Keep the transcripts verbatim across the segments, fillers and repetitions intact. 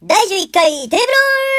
だいじゅういっかいテーブルオンラデ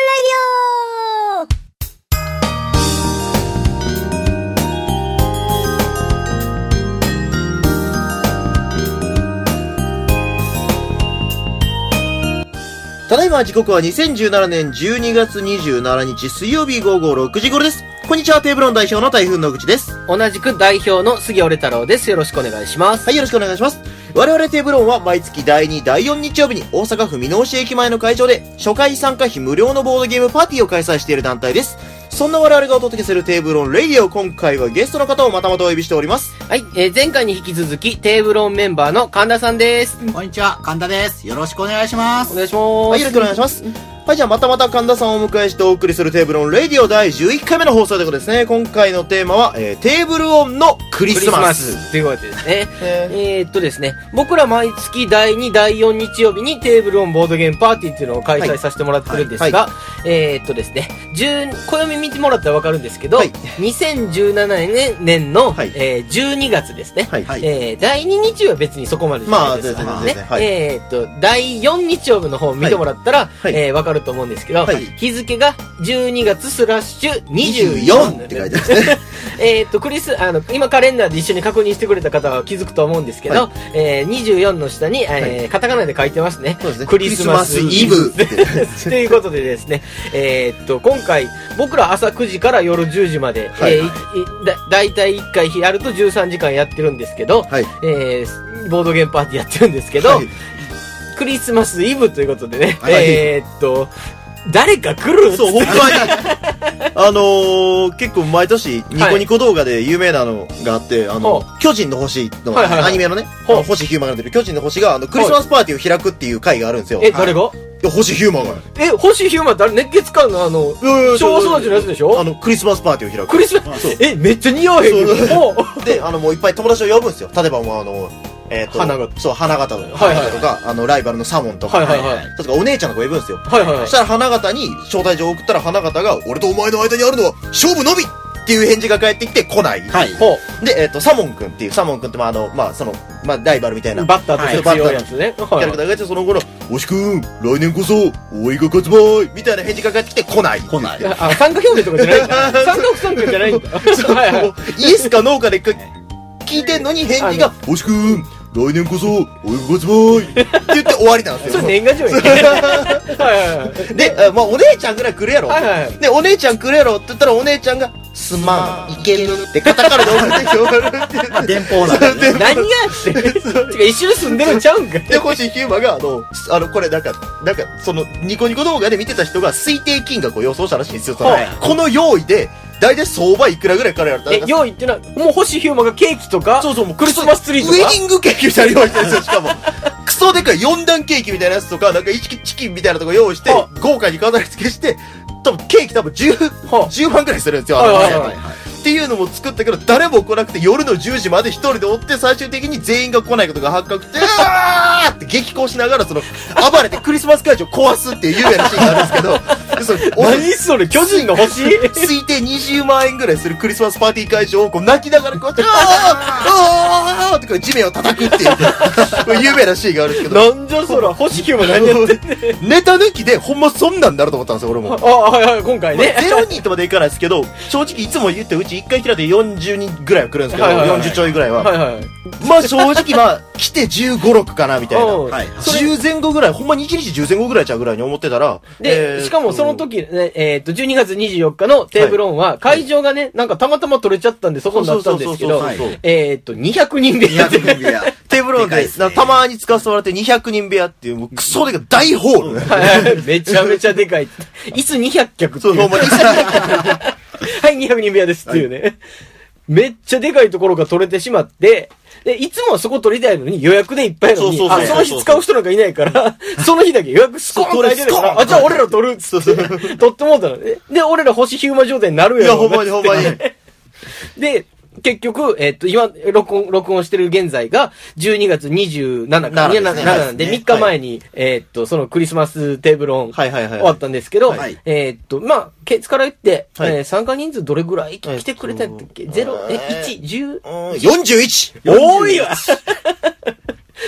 ィオ。ただいま時刻はにせんじゅうななねんじゅうにがつにじゅうしちにち水曜日午後ろくじ頃です。こんにちは、テーブルオン代表の台風の口です。 同じく代表の杉折太郎です。よろしくお願いします。 はい、よろしくお願いします。我々テーブルオンは毎月だいに、だいよん日曜日に大阪府箕面市駅前の会場で初回参加費無料のボードゲームパーティーを開催している団体です。そんな我々がお届けするテーブルオンレディオ、今回はゲストの方をまたまたお呼びしております。 はい、えー、前回に引き続きテーブルオンメンバーの神田さんです。 こんにちは、神田です。よろしくお願いします。 お願いします。 はい、よろしくお願いします。はい、じゃあまたまた神田さんをお迎えしてお送りするテーブルオンレディオだいじゅういっかいめの放送ということですね。今回のテーマは、えー、テーブルオンのクリスマスということですね。えーっとですね、僕ら毎月だいに、だいよん日曜日にテーブルオンボードゲームパーティーっていうのを開催させてもらってるんですが、はいはいはい、えーっとですね、暦見てもらったらわかるんですけど、はい、にせんじゅうななねんの、はい、えー、じゅうにがつですね。はい、えー、だいに日曜は別にそこまでじゃないですからね。まあ、えーっと、だいよん日曜日の方を見てもらったら、はい、えー、わかると思うんですけど、はい、日付がじゅうにがつスラッシュにじゅうよんって書いてますね。 えっと、クリス、あの、今カレンダーで一緒に確認してくれた方は気づくと思うんですけど、はい、えー、にじゅうよんの下に、えーはい、カタカナで書いてますね。そうですね。クリスマスイブ。ということでですね、えー、っと、今回、僕ら朝くじから夜じゅうじまで、はい、えー、だ、だいたいいっかいやるとじゅうさんじかんやってるんですけど、はい、えー、ボードゲームパーティーやってるんですけど、はい、クリスマスイブということでね、はい、えー、っと、誰か来る？ そう、ほんまに。あのー、結構毎年、ニコニコ動画で有名なのがあって、はい、あの、巨人の星の、はいはいはい、アニメのね、星ヒューマンが出る巨人の星が、あの、クリスマスパーティーを開くっていう会があるんですよ。 え、誰が？いや、星ヒューマンが。 え、星ヒューマンってあれ熱血感のあの、昭和育ちのやつでしょ？ あの、クリスマスパーティーを開く。 クリスマス、え、めっちゃ似合わへんけど。 で、あの、もういっぱい友達を呼ぶんですよ。例えばもうあの、えっと、花形。そう、花形とか、はいはいはい、あの、ライバルのサモンとか、はいはいはい。とか、お姉ちゃんの子呼ぶんですよ。はいはいはい。そしたら花形に招待状を送ったら花形が、俺とお前の間にあるのは勝負のみっていう返事が返ってきて来ない。はい。で、えっと、サモン君っていう、サモン君って、まあ、あの、まあ、その、まあ、ライバルみたいな。 バッターとして強いやつね。 キャラクターがいて、その後の、おしくん、来年こそ、おいが勝つばいみたいな返事が返ってきて来ない。 来ない。あ、参加表明とかじゃないんだ。参加不参加じゃないんだ。はいはい。 イエスかノーかで聞いてんのに返事が、おしくん、来年こそ、おいが勝つばいって言って終わりなんですよ。 それ年賀状やね。はいはい。 で、まあ、お姉ちゃんぐらい来るやろ。はいはい。で、お姉ちゃん来るやろって言ったらお姉ちゃんが、すまん、いけるってカタカナで送ってきて終わるっていう。 まあ、電報なんだね。 何がって。てか、一緒に住んでるんちゃうんか。 で、星ヒューマが、あの、あの、これなんか、なんか、その、ニコニコ動画で見てた人が推定金額を予想したらしいんですよ。その、この用意で、だいたい相場いくらぐらいからやると。 え、用意ってのは、もう星ヒューマがケーキとか、そうそう、もうクリスマスツリーとか。 ウェディングケーキみたいな用意してるんですよ、しかも。クソでかいよん段ケーキみたいなやつとか、なんかチキンみたいなとこ用意して、豪華に飾り付けして、多分ケーキ多分じゅう、じゅうまんくらいするんですよ、あの、はいはいはい。っていうのも作ったけど、誰も来なくて夜のじゅうじまで一人でおって、最終的に全員が来ないことが発覚して、うわーって激高しながら、その、暴れてクリスマス会場を壊すっていう有名なシーンがあるんですけど、そ何それ巨人の星推定にじゅうまんえんぐらいするクリスマスパーティー会場をこう泣きながらこうやって、あーあーってこう地面を叩くっていう、有名なシーンがあるんですけど。 なんじゃそら、星ヒューマ何やってんねん。ネタ抜きでほんまそんなんなると思ったんですよ、俺も。 あ、はいはい、今回ね。 ゼロにんとまでいかないですけど、正直いつも言ってうちいっかい開いてよんじゅうにんぐらいは来るんですけど、はいはいはい、よんじゅうちょいぐらいは。はいはい、まあ正直まあ、来てじゅうご、ろくかなみたいな。はい、じゅう前後ぐらい、ほんまにいちにちじゅう前後ぐらいちゃうぐらいに思ってたら。 で、えー、しかもその時ね、えー、っと、じゅうにがつにじゅうよっかのテーブルオンは、会場がね、なんかたまたま取れちゃったんでそこになったんですけど、えー、っと、にひゃくにん部屋。にひゃくにん部屋。 テーブルオンで、ね、たまに使わせてもらってにひゃくにん部屋っていう、もうクソでか大ホール。 はい、めちゃめちゃでかい。椅子にひゃく脚っていう。そう、ほんまに椅子にひゃく脚。はい、にひゃくにん部屋ですっていうね。はい、めっちゃでかいところが取れてしまって、で、いつもはそこ取りたいのに予約でいっぱいなのに、そうそうそうそう、あ、その日使う人なんかいないから、その日だけ予約スコーン取れてるから、あ、じゃあ俺ら取るっつって、取ってもうたのね。で、俺ら星ヒューマ状態になるやろ。 いや、ほんまにほんまに。 で、結局、えっと、今、録音、録音してる現在が、じゅうにがつにじゅうしちか、なななんで、みっかまえに、えっと、そのクリスマステーブルオン、終わったんですけど、えっと、まあ、ケツから言って、参加人数どれぐらい来てくれたんだっけ？ゼロ、え、いち、じゅう？ よんじゅういち！ 多いわ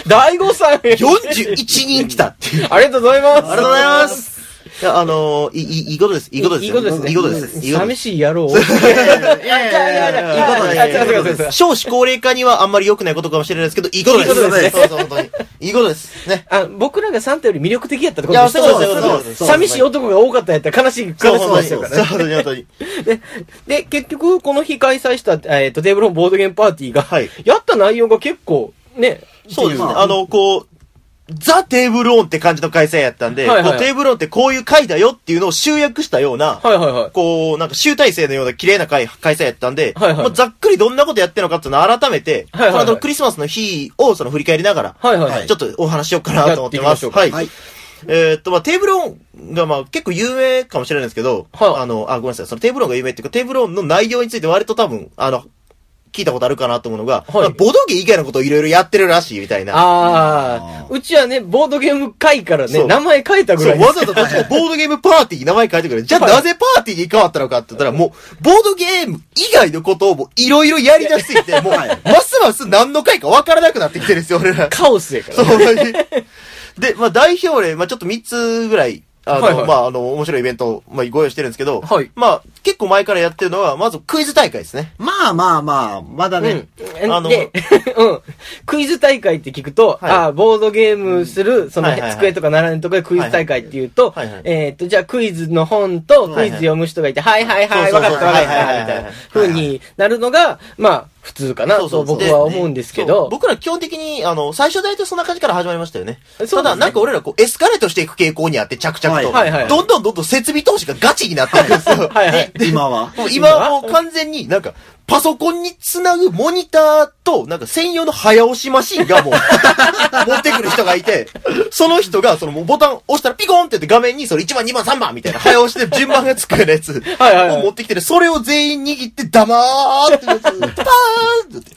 大悟さんよんじゅういちにん来たっていう。 ありがとうございます。ありがとうございます。いや、あのー、いい、いいことです。いいことです。 いいことですね。 いいことです。 寂しい野郎。いやいやいやいや、いいことです。少子高齢化にはあんまり良くないことかもしれないですけど、いいことです。いいことです。そうそう、本当に。いいことです。ね。 あ、僕らがサンタより魅力的やったってことです。いや、そうそうそう。寂しい男が多かったやったら悲しい、悲しい話だからね。そう、本当に。で、で、結局、この日開催した、えっと、テーブルボードゲームパーティーが、やった内容が結構、ね。 そうですね。あの、こう、ザ・テーブルオンって感じの開催やったんで、はいはい、こうテーブルオンってこういう会だよっていうのを集約したような、はいはいはい、こう、なんか集大成のような綺麗な会、開催やったんで、はいはい、まあ、ざっくりどんなことやってるのかっていうのを改めて、はいはいはい、このクリスマスの日をその振り返りながら、はいはいはい、ちょっとお話しようかなと思ってます。はい。はい、えー、っと、まあ、テーブルオンがまあ結構有名かもしれないんですけど、はい、あの、あ、ごめんなさい、そのテーブルオンが有名っていうか、テーブルオンの内容について割と多分、あの、聞いたことあるかなと思うのが、はい、ボードゲー以外のことをいろいろやってるらしいみたいな。 ああ。うちはね、ボードゲーム会からね、名前変えたぐらい。 そう、わざわざボードゲームパーティーに名前変えてくれ。じゃあなぜパーティーに変わったのかって言ったら、もう、ボードゲーム以外のことをいろいろやり出しすぎて、もう、ますます何の回かわからなくなってきてるんですよ、俺ら。 カオスやから、 ね。そう。で、まあ代表例、まあちょっとみっつぐらい、あの、はいはい、まあ、あの、面白いイベントを、まあ、ご用意してるんですけど、はい。まあ、結構前からやってるのは、まずクイズ大会ですね。 まあまあまあ、まだね。 うん、あの、で、うん。クイズ大会って聞くと、はい、ああ、ボードゲームする、その、はいはいはい、机とか並んでとかでクイズ大会って言うと、はいはいはい、えー、っと、じゃあクイズの本とクイズ読む人がいて、はいはいはい、わかったわかった、みたいな風になるのが、まあ、普通かなと僕は思うんですけど。 僕ら基本的に、あの、最初大体そんな感じから始まりましたよね。ただ、なんか俺らこう、エスカレートしていく傾向にあって、着々と。はいはいはい、どんどんどんどん設備投資がガチになってるんですよ。はいはい。 今はもう今はもう完全になんか、パソコンにつなぐモニターと、なんか専用の早押しマシンがもう、持ってくる人がいて、その人がそのもうボタン押したらピコーンって言って画面にそれいちばん、にばん、さんばんみたいな早押しで順番がつくようなやつを持ってきてる。それを全員握って黙ーってやつ、パーンって、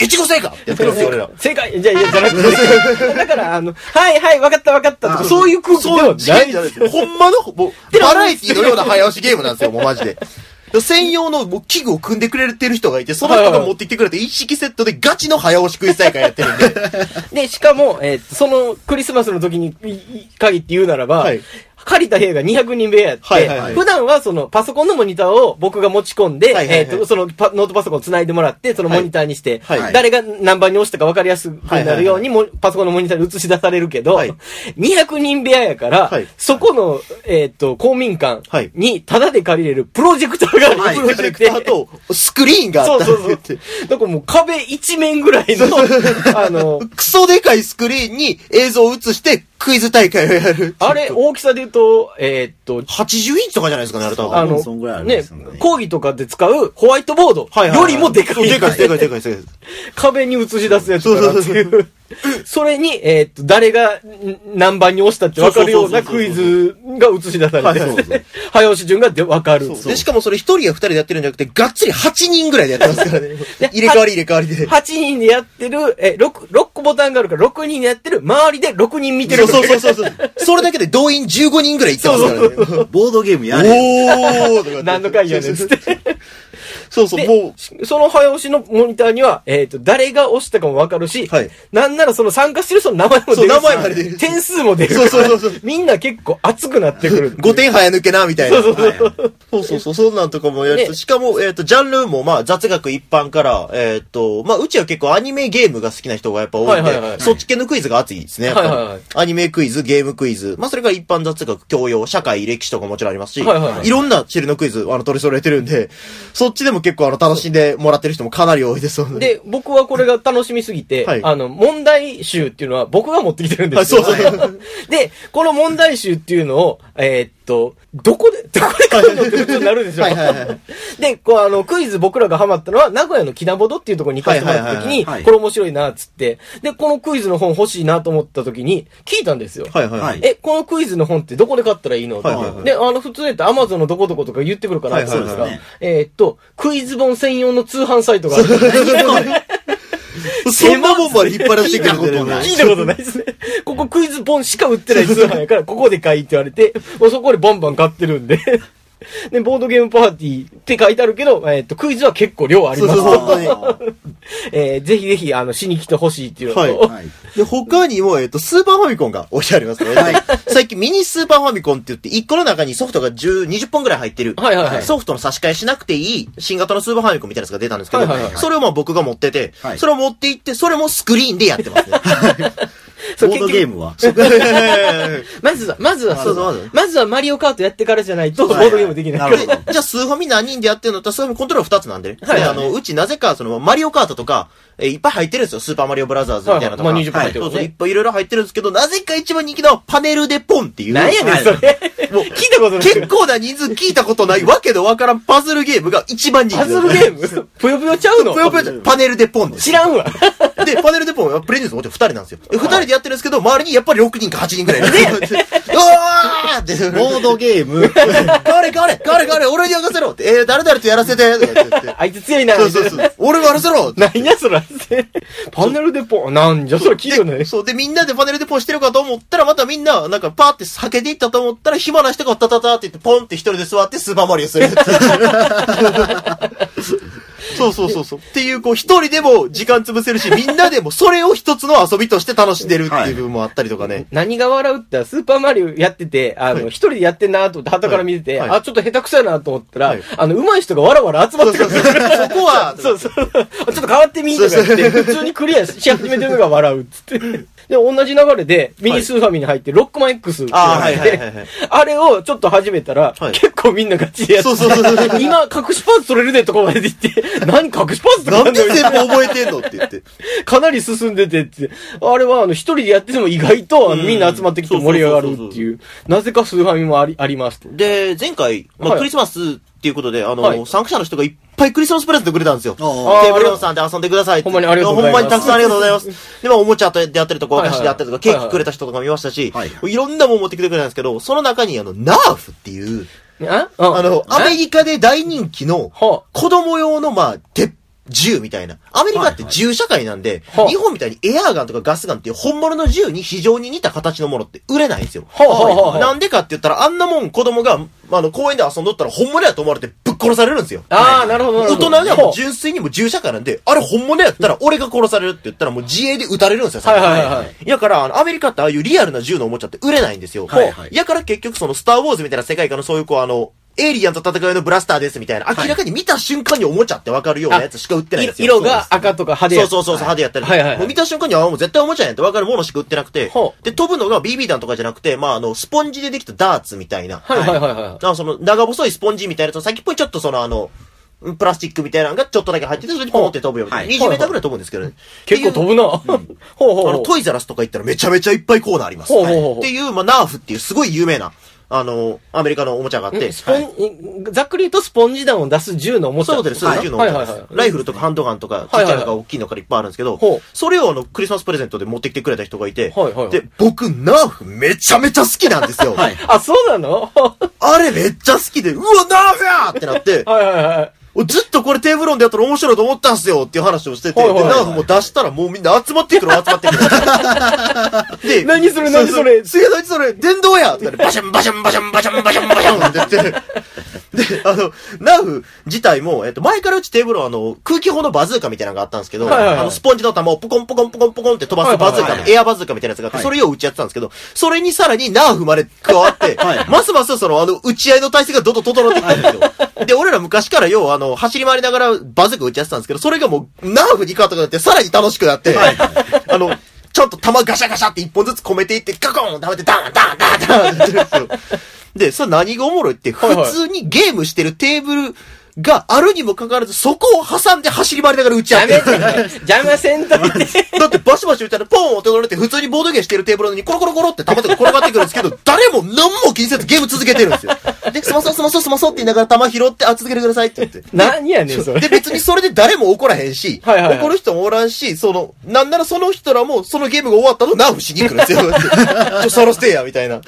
越後正解ってやってるんですよ、俺ら。 正解じゃあ、いや、じゃなくて。だから、あの、はいはい、わかったわかったとか、そういう空気ではない。 じゃないですよ。ほんまの、もう、バラエティのような早押しゲームなんですよ、もうマジで。専用のもう器具を組んでくれてる人がいて、その人が持ってきてくれて一式セットでガチの早押しクイズ大会やってるんで。 で、しかも、えー、そのクリスマスの時に限って言うならば、はい、借りた部屋がにひゃくにん部屋やって、はいはいはい、普段はそのパソコンのモニターを僕が持ち込んで、はいはいはい、えっ、ー、と、そのパノートパソコンを繋いでもらって、そのモニターにして、はいはい、誰が何番に押したか分かりやすくなるように、はいはいはい、パソコンのモニターに映し出されるけど、はい、にひゃくにん部屋やから、はい、そこの、えっ、ー、と、公民館にタダで借りれるプロジェクターがある、 はい、プロジェクターとスクリーンがあった。そうそうそう。 だからもう壁一面ぐらいの、あの、 クソでかいスクリーンに映像を映して、クイズ大会をやる。 あれ、大きさで言うと、えー、っと、 はちじゅうインチとかじゃないですかね、あれ多分。 あの、そんぐらいあるんですよね。講義とかで使うホワイトボードよりもでかい。 でかい、でかい、でかい、でかい。壁に映し出すやつだなっていう。それに、えー、っと、誰が何番に押したって分かるようなクイズが映し出されてて、早押し順が分かる。 で、しかもそれ一人や二人でやってるんじゃなくて、がっつりはちにんぐらいでやってますからね。入れ替わり入れ替わりで。 はちにんでやってる、え、ろく、ろっこボタンがあるからろくにんでやってる、周りでろくにん見てる。 そうそうそうそう。それだけで動員じゅうごにんぐらいいってますからね。 ボードゲームやれ。 おー何の回やねんつって。 そうそう、もう。その早押しのモニターには、えっと、誰が押したかもわかるし、はい、なんならその参加してる人の名前も出るし、 名前まで出る。 点数も出る。 そうそうそうそう。 みんな結構熱くなってくる。 ごてん早抜けな、みたいな。そうそうそう。そうそうそう、そんなんとかもやると、ね、しかも、えっと、ジャンルもまあ、雑学一般から、えっと、まあ、うちは結構アニメゲームが好きな人がやっぱ多いんで、はいはいはい、そっち系のクイズが熱いですね。はいはいはい、アニメクイズ、ゲームクイズ、まあ、それから一般雑学、教養、社会、歴史とかもちろんありますし、はいはいはい、いろんな種類のクイズ、あの、取り揃えてるんで、そっちでも結構あの、楽しんでもらってる人もかなり多いですので。 で、僕はこれが楽しみすぎて、はい、あの、問題集っていうのは僕が持ってきてるんですよ。はい、そうそう。で、この問題集っていうのを、えー、っと、どこで、どこで買うのって普通になるんですよ。はいはいはい、で、こうあの、クイズ僕らがハマったのは、名古屋のキナボドっていうところに行かせてもらった時に、これ面白いな、つって。で、このクイズの本欲しいなと思った時に、聞いたんですよ。はいはいはい、え、このクイズの本ってどこで買ったらいいの、はいはいはい、で、あの、普通やったら Amazon のどこどことか言ってくるかなって言うんですが、はいはいはい、えー、っと、クイズ本専用の通販サイトがある。 そんなもんまで引っ張らせてくることない。聞いたことないですね。ここクイズ本しか売ってない通販やから、ここで買いって言われて、もうそこでバンバン買ってるんで。 で、ボードゲームパーティーって書いてあるけど、えっと、クイズは結構量あります。 そうそうそう本当にえー、ぜひぜひ、あの、しに来てほしいっていうのと、 はいはいで、他にも、えっと、スーパーファミコンが置いてありますね。はい。最近ミニスーパーファミコンって言って、いっこの中にソフトがじゅう、にじゅっぽんぐらい入ってる。 はいはいはい。 ソフトの差し替えしなくていい、新型のスーパーファミコンみたいなやつが出たんですけど、 はいはいはいそれをまあ僕が持ってて、はい、それを持って行って、それもスクリーンでやってますね。 ボードゲームはまずは、まずは、そうそう。まずはマリオカートやってからじゃないと、ボはいードゲームできない。 じゃあ、スーファミ何人でやってるのってスーファミコントローラーふたつなんでね。はい、はい。あの、うちなぜか、その、マリオカートとか、えいっぱい入ってるんですよ。スーパーマリオブラザーズみたいなとか。 はいはい、まあにじゅっぽん入ってる、ね。そうそう、いっぱいいろいろ入ってるんですけど、なぜか一番人気のパネルでポンっていう。 何やねん、それ。もう、聞いたことない。 結構な人数聞いたことないわけのわからんパズルゲームが一番人気。 パズルゲームぷよぷよちゃうのぷよぷよちゃう。パネルでポンです。 知らんわ。 で、パネルでポンはプレイ人数もちろんふたりなんですよ。ふたりでやってるんですけど、周りにやっぱりろくにんかはちにんくらいいる。ねうわーって。 ボードゲーム。 ガレガレガレガレ俺に任せろって。えー、誰々とやらせて。とか言って。 あいつ強いな。 そうそうそう。俺がやらせろ何やそら。パネルでポン。なんじゃそれ聞いてない。 そう。で、みんなでパネルでポンしてるかと思ったら、またみんな、なんかパーって避けていったと思ったら、暇な人がタタタって言って、ポンって一人で座ってスーパーマリオする。そうそうそうそう。っていう、こう、一人でも時間潰せるし、みんなでもそれを一つの遊びとして楽しんでるっていう部分もあったりとかね。はい、 何が笑うって、スーパーマリオやってて、あの、一、はい、人でやってんなと思って、旗から見てて、はいはい、あ、ちょっと下手くそやなと思ったら、はい、あの、上手い人がわらわら集まってくるんですよ。そこは、そうそう。ちょっと変わってみとか言って、普通にクリアし始めてるのが笑うっつって。で、同じ流れで、ミニスーファミに入って、ロックマン X ってあって、あれをちょっと始めたら、はい、結構みんなガチでやって、そうそうそうそう今、隠しパーツ取れるでとこまで言って、何隠しパーツとかなんで全部覚えてんのって言って。 かなり進んでてって、あれはあの、一人でやってても意外と、あのみんな集まってきて盛り上がるっていう、なぜかスーファミもあり、ありますと。 で、前回、まあ、はい、クリスマスっていうことで、あの、はい、参加者の人がいっぱいクリスマスプレゼントくれたんですよ。テーブルさんで遊んでくださいって。 ほんまにありがとうございます。 ほんまにたくさんありがとうございます。で、まあ、おもちゃでやったりとか、お菓子でやったりとか、ケーキくれた人とか見ましたし、はいはい、いろんなもん持ってきてくれたんですけど、その中にあの、ナーフっていう、ああの、アメリカで大人気の、子供用の、まあ、鉄銃みたいな。アメリカって銃社会なんで、はいはい、日本みたいにエアーガンとかガスガンっていう本物の銃に非常に似た形のものって売れないんですよ。はいはいはい、なんでかって言ったら、あんなもん子供が、あの、公園で遊んどったら本物やと思われてぶっ殺されるんですよ。 ああ、なるほど。 大人がもう純粋にも銃社会なんで、あれ本物やったら俺が殺されるって言ったらもう自衛で撃たれるんですよ。はいはいはい。やから、あの、アメリカってああいうリアルな銃のおもちゃって売れないんですよ。はいはい。やから結局そのスターウォーズみたいな世界観のそういうこうあの、エイリアンと戦うのブラスターですみたいな、明らかに見た瞬間におもちゃってわかるようなやつしか売ってないんですよ。 色が赤とか派手やそうそうそう、派手やったり。はいはいはい。もう見た瞬間にはもう絶対おもちゃやんってわかるものしか売ってなくて、で、飛ぶのが ビービー 弾とかじゃなくて、まああの、スポンジでできたダーツみたいな。はいはいはいはい。あの、その、長細いスポンジみたいなと、先っぽにちょっとそのあの、プラスチックみたいなのがちょっとだけ入ってて、それにポンって飛ぶよみたいな。にじゅうメーターぐらい飛ぶんですけどね。 結構飛ぶな。ほうほう。 あの、トイザラスとか行ったらめちゃめちゃいっぱいコーナーあります。ほうほうほう。っていう、まあ、ナーフっていうすごい有名な。あの、アメリカのおもちゃがあって。 スポン、はい、ざっくり言うとスポンジ弾を出す銃のおもちゃ。 そうです、そうです、銃のおもちゃです。ライフルとかハンドガンとか、ちっちゃいのか大きいのからいっぱいあるんですけど、はいはいはい、それをあの、クリスマスプレゼントで持ってきてくれた人がいて、はいはいはい、で、僕、ナーフめちゃめちゃ好きなんですよ。はい、 あ、そうなのあれめっちゃ好きで、うわ、ナーフやってなって、はいはいはい。ずっとこれテーブルオンでやったら面白いと思ったんすよっていう話をしてて、はいはいはい、で、ナーフも出したらもうみんな集まってくる、集まってくる。 で、何それ何それすげえ何それ電動やって言ったらバシャンバシャンバシャンバシャンバシャンバシャンって言って。で、あの、ナーフ自体も、えっと、前からうちテーブルはあの、空気砲のバズーカみたいなのがあったんですけど、はいはいはい、あの、スポンジの玉をポコンポコンポコンポコンって飛ばすバズーカ、はいはいはい、エアバズーカみたいなやつがあって、それを打ちやってたんですけど、それにさらにナーフまで加わって、はい、ますますその、あの、打ち合いの体勢がどんどん整ってきたんですよ。で、俺ら昔から要はあの、走り回りながらバズーカ打ちやってたんですけど、それがもう、ナーフに変わったくなって、さらに楽しくなって、はい、あの、ちょっと弾ガシャガシャって一本ずつ込めていって、ガコーン食べてダンダンダンダンって言ってるんですよ。で、それ何がおもろいって、普通にゲームしてるテーブルがあるにもかかわらず、そこを挟んで走り回りながら打ち合ってる。 邪魔せんといて。 だってバシバシ打ったらポーンって取られて、普通にボードゲーしてるテーブルにコロコロコロって玉とか転がってくるんですけど、誰も何も気にせずゲーム続けてるんですよ。で、スマソスマソスマソって言いながら玉拾って、あ、続けてくださいって言って。 何やねん、それ。 で、別にそれで誰も怒らへんし、はいはいはい、怒る人もおらんし、その、なんならその人らも、そのゲームが終わったのナーフしに来るんですよ。ちょ、そろしてや、みたいな。っ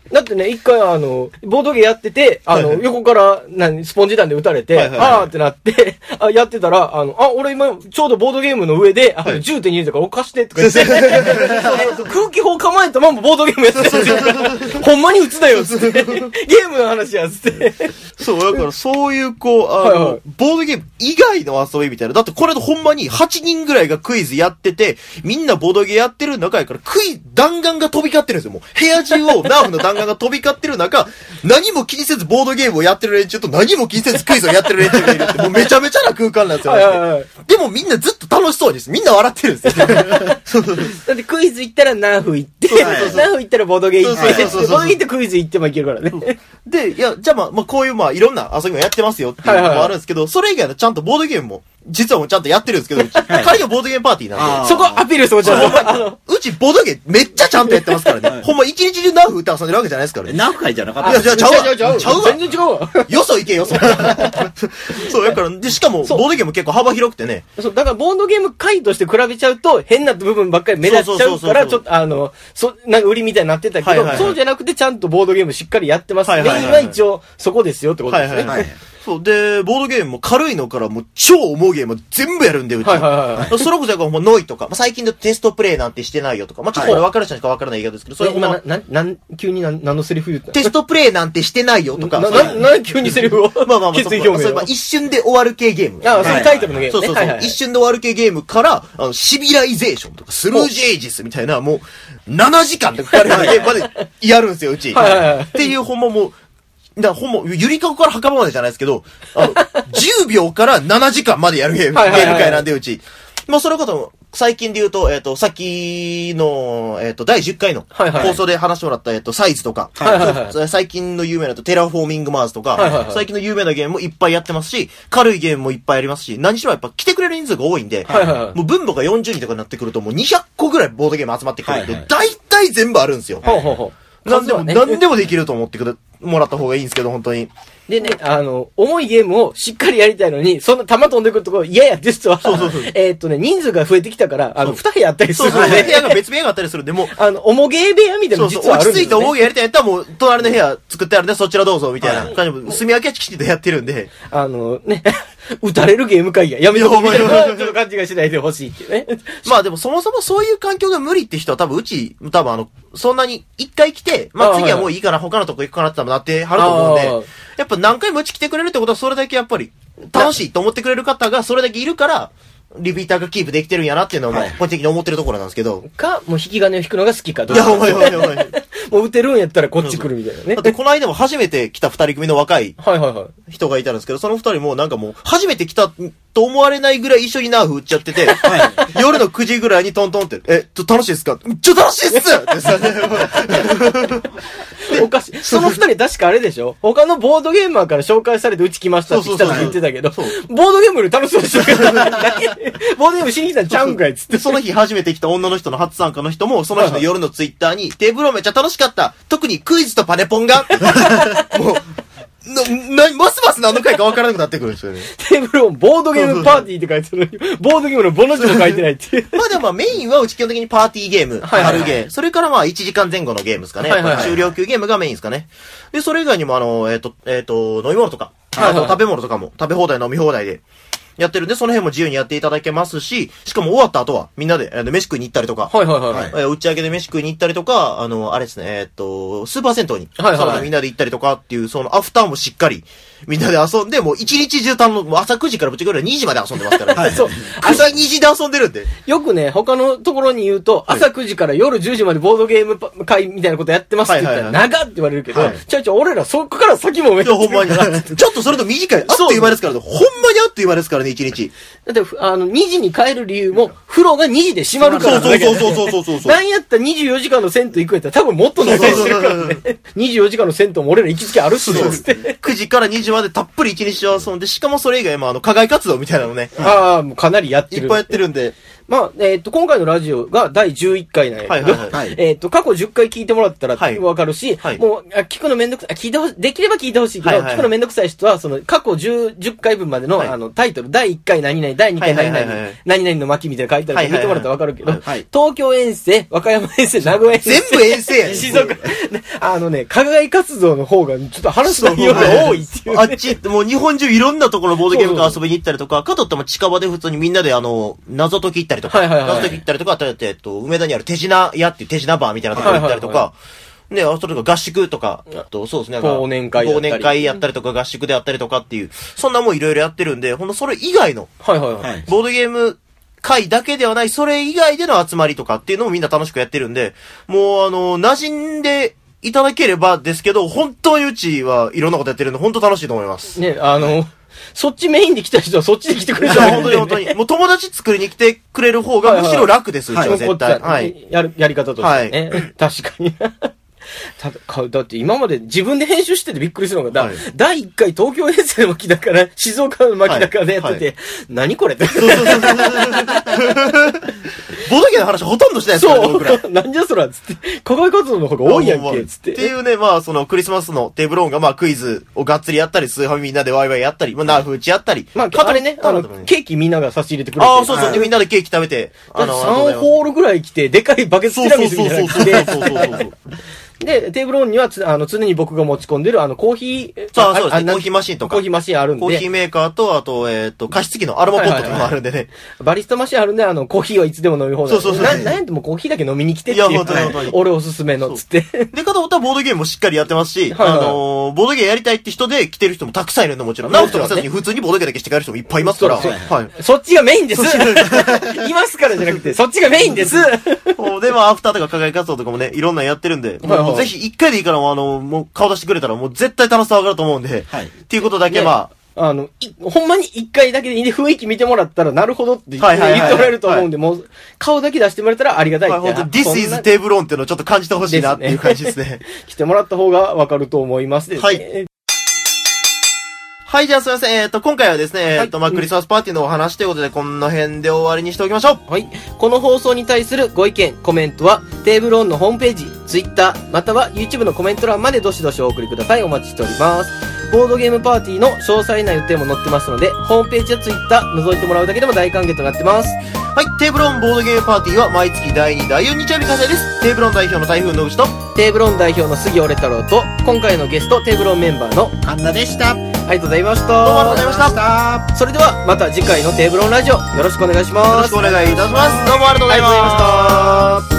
だってね、一回あの、ボードゲーやってて、あの、はいはい、横から、何、スポンジ弾で撃たれて、はいはいはい、あーってなって、あ、やってたら、あの、あ、俺今、ちょうどボードゲームの上で、あの、はい、銃手に入れたからお貸してとか言って、空気砲構えたままボードゲームやってたんですよ。ほんまに撃つなよ、つって。ゲームの話や、つって。 そう、だからそういう、こう、あの、はいはい、ボードゲーム以外の遊びみたいな。だってこれほんまにはちにんぐらいがクイズやってて、みんなボードゲーやってる中やから、クイ、弾丸が飛び交ってるんですよ。もう、部屋中をナーフの弾丸が飛び交ってる中、何も気にせずボードゲームをやってる連中と何も気にせずクイズをやってる連中がいるって、もうめちゃめちゃな空間なんですよ。はいはいはい、でもみんなずっと楽しそうです。みんな笑ってるんですよ。 だってクイズ行ったらナーフ行って、ナーフ行ったらボードゲー行って、ボードゲーってクイズ行ってもいけるからね。 で、いや、じゃあまあ、まあ、こういうまあ、いろんな遊びもやってますよっていうのもあるんですけど、はいはいはい、それ以外のちゃんとボードゲームも、実はもうちゃんとやってるんですけど、うち、はい、彼がボードゲームパーティーなんで。 そこアピールしてもちゃんと。 あの、うちボードゲームめっちゃちゃんとやってますからね。はい、ほんま一日中ナーフ打って遊んでるわけじゃないですからね。 ナーフ会じゃなかったいや、じゃあちゃうわ。 ちゃうわ。ちゃうわ。全然違うわ。 よそ行けよそ。そう、だから、で、しかも、ボードゲーム結構幅広くてね。 そう、だからボードゲーム会として比べちゃうと、変な部分ばっかり目立っちゃうから、ちょっと、あの、そ、なんか売りみたいになってたけど、はいはいはい、そうじゃなくてちゃんとボードゲームしっかりやってます。メインは一応、そこですよってことですね。はいはいはい、 そう。で、ボードゲームも軽いのからもう超重いゲーム全部やるんで、うち。はいはいはい。それこそやからもうノイとか、まあ、最近のテストプレイなんてしてないよとか、まあ、ちょっとこれ分かる人しか分からない言い方ですけど、それ今な、な、なん、急に何のセリフ言ったテストプレイなんてしてないよとか。 な、な、な、急にセリフをまあまあまあ、決意表明。それまあ一瞬で終わる系ゲーム。 ああ、そういうタイトルのゲームね。 そうそうそう。一瞬で終わる系ゲームから、あの、シビライゼーションとか、スルージェイジスみたいな、もう、ななじかんとかかかるようなゲームまでやるんですよ、うち。はいはいはい。っていうほんまもう、だからほんま、ゆりかごから墓場までじゃないですけど、あの、じゅうびょうからななじかんまでやるゲーム、ゲーム会なんで、うち。まあ、それこそ、最近で言うと、えっと、さっきの、えっと、だいじゅっかいの放送で話してもらった、えっと、サイズとか、はいはいはい、最近の有名なとテラフォーミングマーズとか、はいはいはい、最近の有名なゲームもいっぱいやってますし、軽いゲームもいっぱいやりますし、何しろやっぱ来てくれる人数が多いんで、はいはいはい、もう分母がよんじゅうにんとかになってくると、もうにひゃっこぐらいボードゲーム集まってくるんで、はいはい、大体全部あるんですよ。ほうほうほう、なんでも、ね、なんでもできると思ってくれ、もらった方がいいんですけど、本当に。 でね、あの、重いゲームをしっかりやりたいのに、そんな弾飛んでくるところ嫌やですとは、そうそうそうえーっとね、人数が増えてきたから、あの、二部屋あったりするので、 そうそう部屋が別部屋があったりするんで、もう、 あの、重ゲー部屋みたいなの実はあるんですよ、ね。そうそう落ち着いて重ゲーやりたいやったらもう、隣の部屋作ってあるんで、そちらどうぞ、みたいな感じで、住み分けきちんとやってるんで。 あの、ね、撃たれるゲーム会や、やめとこうみたいな、ちょっと勘違いしないでほしいっていうね。 まあでもそもそもそういう環境が無理って人は多分うち、多分あの、そんなに一回来て、まあ次はもういいかな、他のとこ行くかなって多分なってはると思うんで、やっぱ何回もうち来てくれるってことはそれだけやっぱり楽しいと思ってくれる方がそれだけいるから、リピーターがキープできてるんやなっていうのは、まあ、個人的に思ってるところなんですけど。 か、もう引き金を引くのが好きかどうか。 いや、お前お前お前。 もう打てるんやったらこっち来るみたいなね。 だってこの間も初めて来た二人組の若い人がいたんですけど、その二人もなんかもう初めて来たと思われないぐらい一緒にナーフ打っちゃってて、はい、夜のくじぐらいにトントンって、え、ちょっと楽しいですかちょっと楽しいっすってさ、 おかしい。その二人確かあれでしょ他のボードゲーマーから紹介されてうち来ましたって来たって言ってたけど、ボードゲームより楽しそうでしょボードゲームしに来たんちゃうんかいっつって。 その日初めて来た女の人の初参加の人も、その日の夜のツイッターに、テーブルめっちゃ楽しかった。特にクイズとパネポンが、もう、な、な、ますます何の回か分からなくなってくるんですよね。 テーブルをボードゲームパーティーって書いてるのに、ボードゲームのボの字も書いてないっていう。 まあでもまあメインはうち基本的にパーティーゲーム、はいはいはい、春ゲー、それからまあいちじかんぜん後のゲームですかね。はいはいはい、終了級ゲームがメインですかね。で、それ以外にもあの、えっ、ー、と、えっ、ー、と、飲み物とか、あと食べ物とかも食べ放題飲み放題で、やってるんで、その辺も自由にやっていただけますし、しかも終わった後は、みんなで、えー、飯食いに行ったりとか、はいはいはい。えー、打ち上げで飯食いに行ったりとか、あの、あれですね、えー、っと、スーパー銭湯に、はいはいはい、みんなで行ったりとかっていう、そのアフターもしっかり、みんなで遊んで、もう一日中単の、もう朝くじからぶっちゃけぐらいにじまで遊んでますからね。はい、そう。朝にじで遊んでるんで。 よくね、他のところに言うと、朝くじから夜じゅうじまでボードゲーム会みたいなことやってますって言ったら、はいはいはい、長って言われるけど、はい、ちょいちょい俺らそこから先もめっちゃ。 ほんまに。ちょっとそれと短い。あっという間ですからね。ほんまにあっという間ですからね、一日。 だって、あの、にじに帰る理由も、風呂がにじで閉まるからだけど、ね。そうそうそうそうそうそう。 なんやったらにじゅうよじかんの銭湯行くやったら多分もっと長いしてるからね。にじゅうよじかんの銭湯も俺ら行きつけあるっすよ。 くじからにじまでたっぷり一日遊んで、しかもそれ以外もあの、課外活動みたいなのね。 ああ、もうかなりやってる。 いっぱいやってるんで。 まあ、えっと、今回のラジオがだいじゅういっかいなんやけど、 はいはいはいえっと、過去じゅっかい聞いてもらったらはいわかるし、 はいもう、あ聞くのめんどくさい、あ聞いてほしい、できれば聞いてほしいけど、 はいはいはい聞くのめんどくさい人は、その、過去じゅう、じゅっかいぶんまでの、 はいあの、タイトル、だいいっかい何々、だいにかい何々、 はいはいはいはい何々の巻みたいなの書いてあるから見てもらったらわかるけど、 はいはい東京遠征、和歌山遠征、名古屋遠征、 全部遠征やねん静岡、ねあのね、課外活動の方が、ちょっと話す内容が多いっていう、ね。 あっち、もう日本中いろんなところのボードゲームと遊びに行ったりとか、かとっても近場で普通にみんなであの、謎解き行ったりとか、 はいはいはい謎解き行ったりとか、あとえっと、梅田にある手品屋っていう手品バーみたいなところ行ったりとはいはいか、ね、あそれとか合宿とか、あとそうですね、なんか忘年会やったり忘年会やったりとか合宿であったりとかっていう、そんなもんいろいろやってるんで、ほんとそれ以外の、 はいはいはい。 はい。 ボードゲーム会だけではない、それ以外での集まりとかっていうのもみんな楽しくやってるんで、もうあの、馴染んでいただければですけど、本当にうちはいろんなことやってるんで、本当楽しいと思います。 ね、あの、そっちメインで来た人はそっちで来てくれいる人や、本当に本当に。もう友達作りに来てくれる方がむしろ楽です、うちは絶対。はい。 やる、やり方としてね。確かに。ただ、かだって今まで自分で編集しててびっくりするのが、だはいだいいっかい東京遠征の巻だから、静岡の巻だからでやってて、 はい何これって。 そうそうそうそう。ボードゲームの話ほとんどしてないですからね、僕ら。 そう。なんじゃそら、つって。課外活動の方が多いやんけ、つって。 っていうね、まあ、そのクリスマスのテーブルオンが、まあ、クイズをがっつりやったり、スーファミみんなでワイワイやったり、まあ、ナーフ打ちやったり。 まあ、あれね、あの、ケーキみんなが差し入れてくれて。 ああ、そうそう。 はいで、みんなでケーキ食べて、 あの、さんホールぐらい来て、でかいバケツティラミスみたいなの来て、 そうそうそうそうそう。 で、テーブルオンにはつ、あの、常に僕が持ち込んでる、あの、コーヒー、 そうそうですね。 ああコーヒーマシンとか。 コーヒーマシンあるんで。 コーヒーメーカーと、あと、えっと、加湿器のアロマポットとかもあるんでね。 バリスタマシンあるんで、あの、コーヒーはいつでも飲み放題。 そうそうそうな、なんやってもコーヒーだけ飲みに来てっていう。 いや本当に本当に俺おすすめの、つって。 で、かと思ったらボードゲームもしっかりやってますし、 はいはいあのー、ボードゲームやりたいって人で来てる人もたくさんいるんで、もちろん。直樹とかせずに普通にボードゲームだけして帰る人もいっぱいいますから。 そうはい。 そっちがメインですいますからじゃなくて、そっちがメインですもうで、まあ、アフターとか課外活動とかもね、いろんなのやってるんで、 はいはいもうぜひ一回でいいから、あの、もう顔出してくれたら、もう絶対楽しさわかると思うんで、 はいっていうことだけ、 ねまあの、い、ほんまに一回だけでいいんで雰囲気見てもらったら、なるほどって言ってはいはいはいはい言ってもらえると思うんで、もう、顔だけ出してもらえたらありがたあ、 いまあ、 って。 本当 This そん is なテーブルオンっていうのをちょっと感じてほしいなっていう感じですね。 来てもらった方がわかると思いますですね。 はいはい、じゃあすいません。えっと、今回はですね、えっと、まあ、クリスマスパーティーのお話ということで、この辺で終わりにしておきましょう。 はい。この放送に対するご意見、コメントは、テーブルオンのホームページ、Twitter、または YouTube のコメント欄までどしどしお送りください。お待ちしております。ボードゲームパーティーの詳細な予定も載ってますので、ホームページや Twitter、覗いてもらうだけでも大歓迎となってます。 はい、テーブルオンボードゲームパーティーは毎月だいに、だいよん日曜日開催です。テーブルオン代表の台風野口と、 テーブルオン代表の杉折太郎と、今回のゲスト、テーブルオンメンバーの、 アンナでした。 ありがとうございました。 どうもありがとうございました。 それでは、また次回のテーブルオンラジオ、よろしくお願いします。 よろしくお願いいたします。どうもありがとうございました。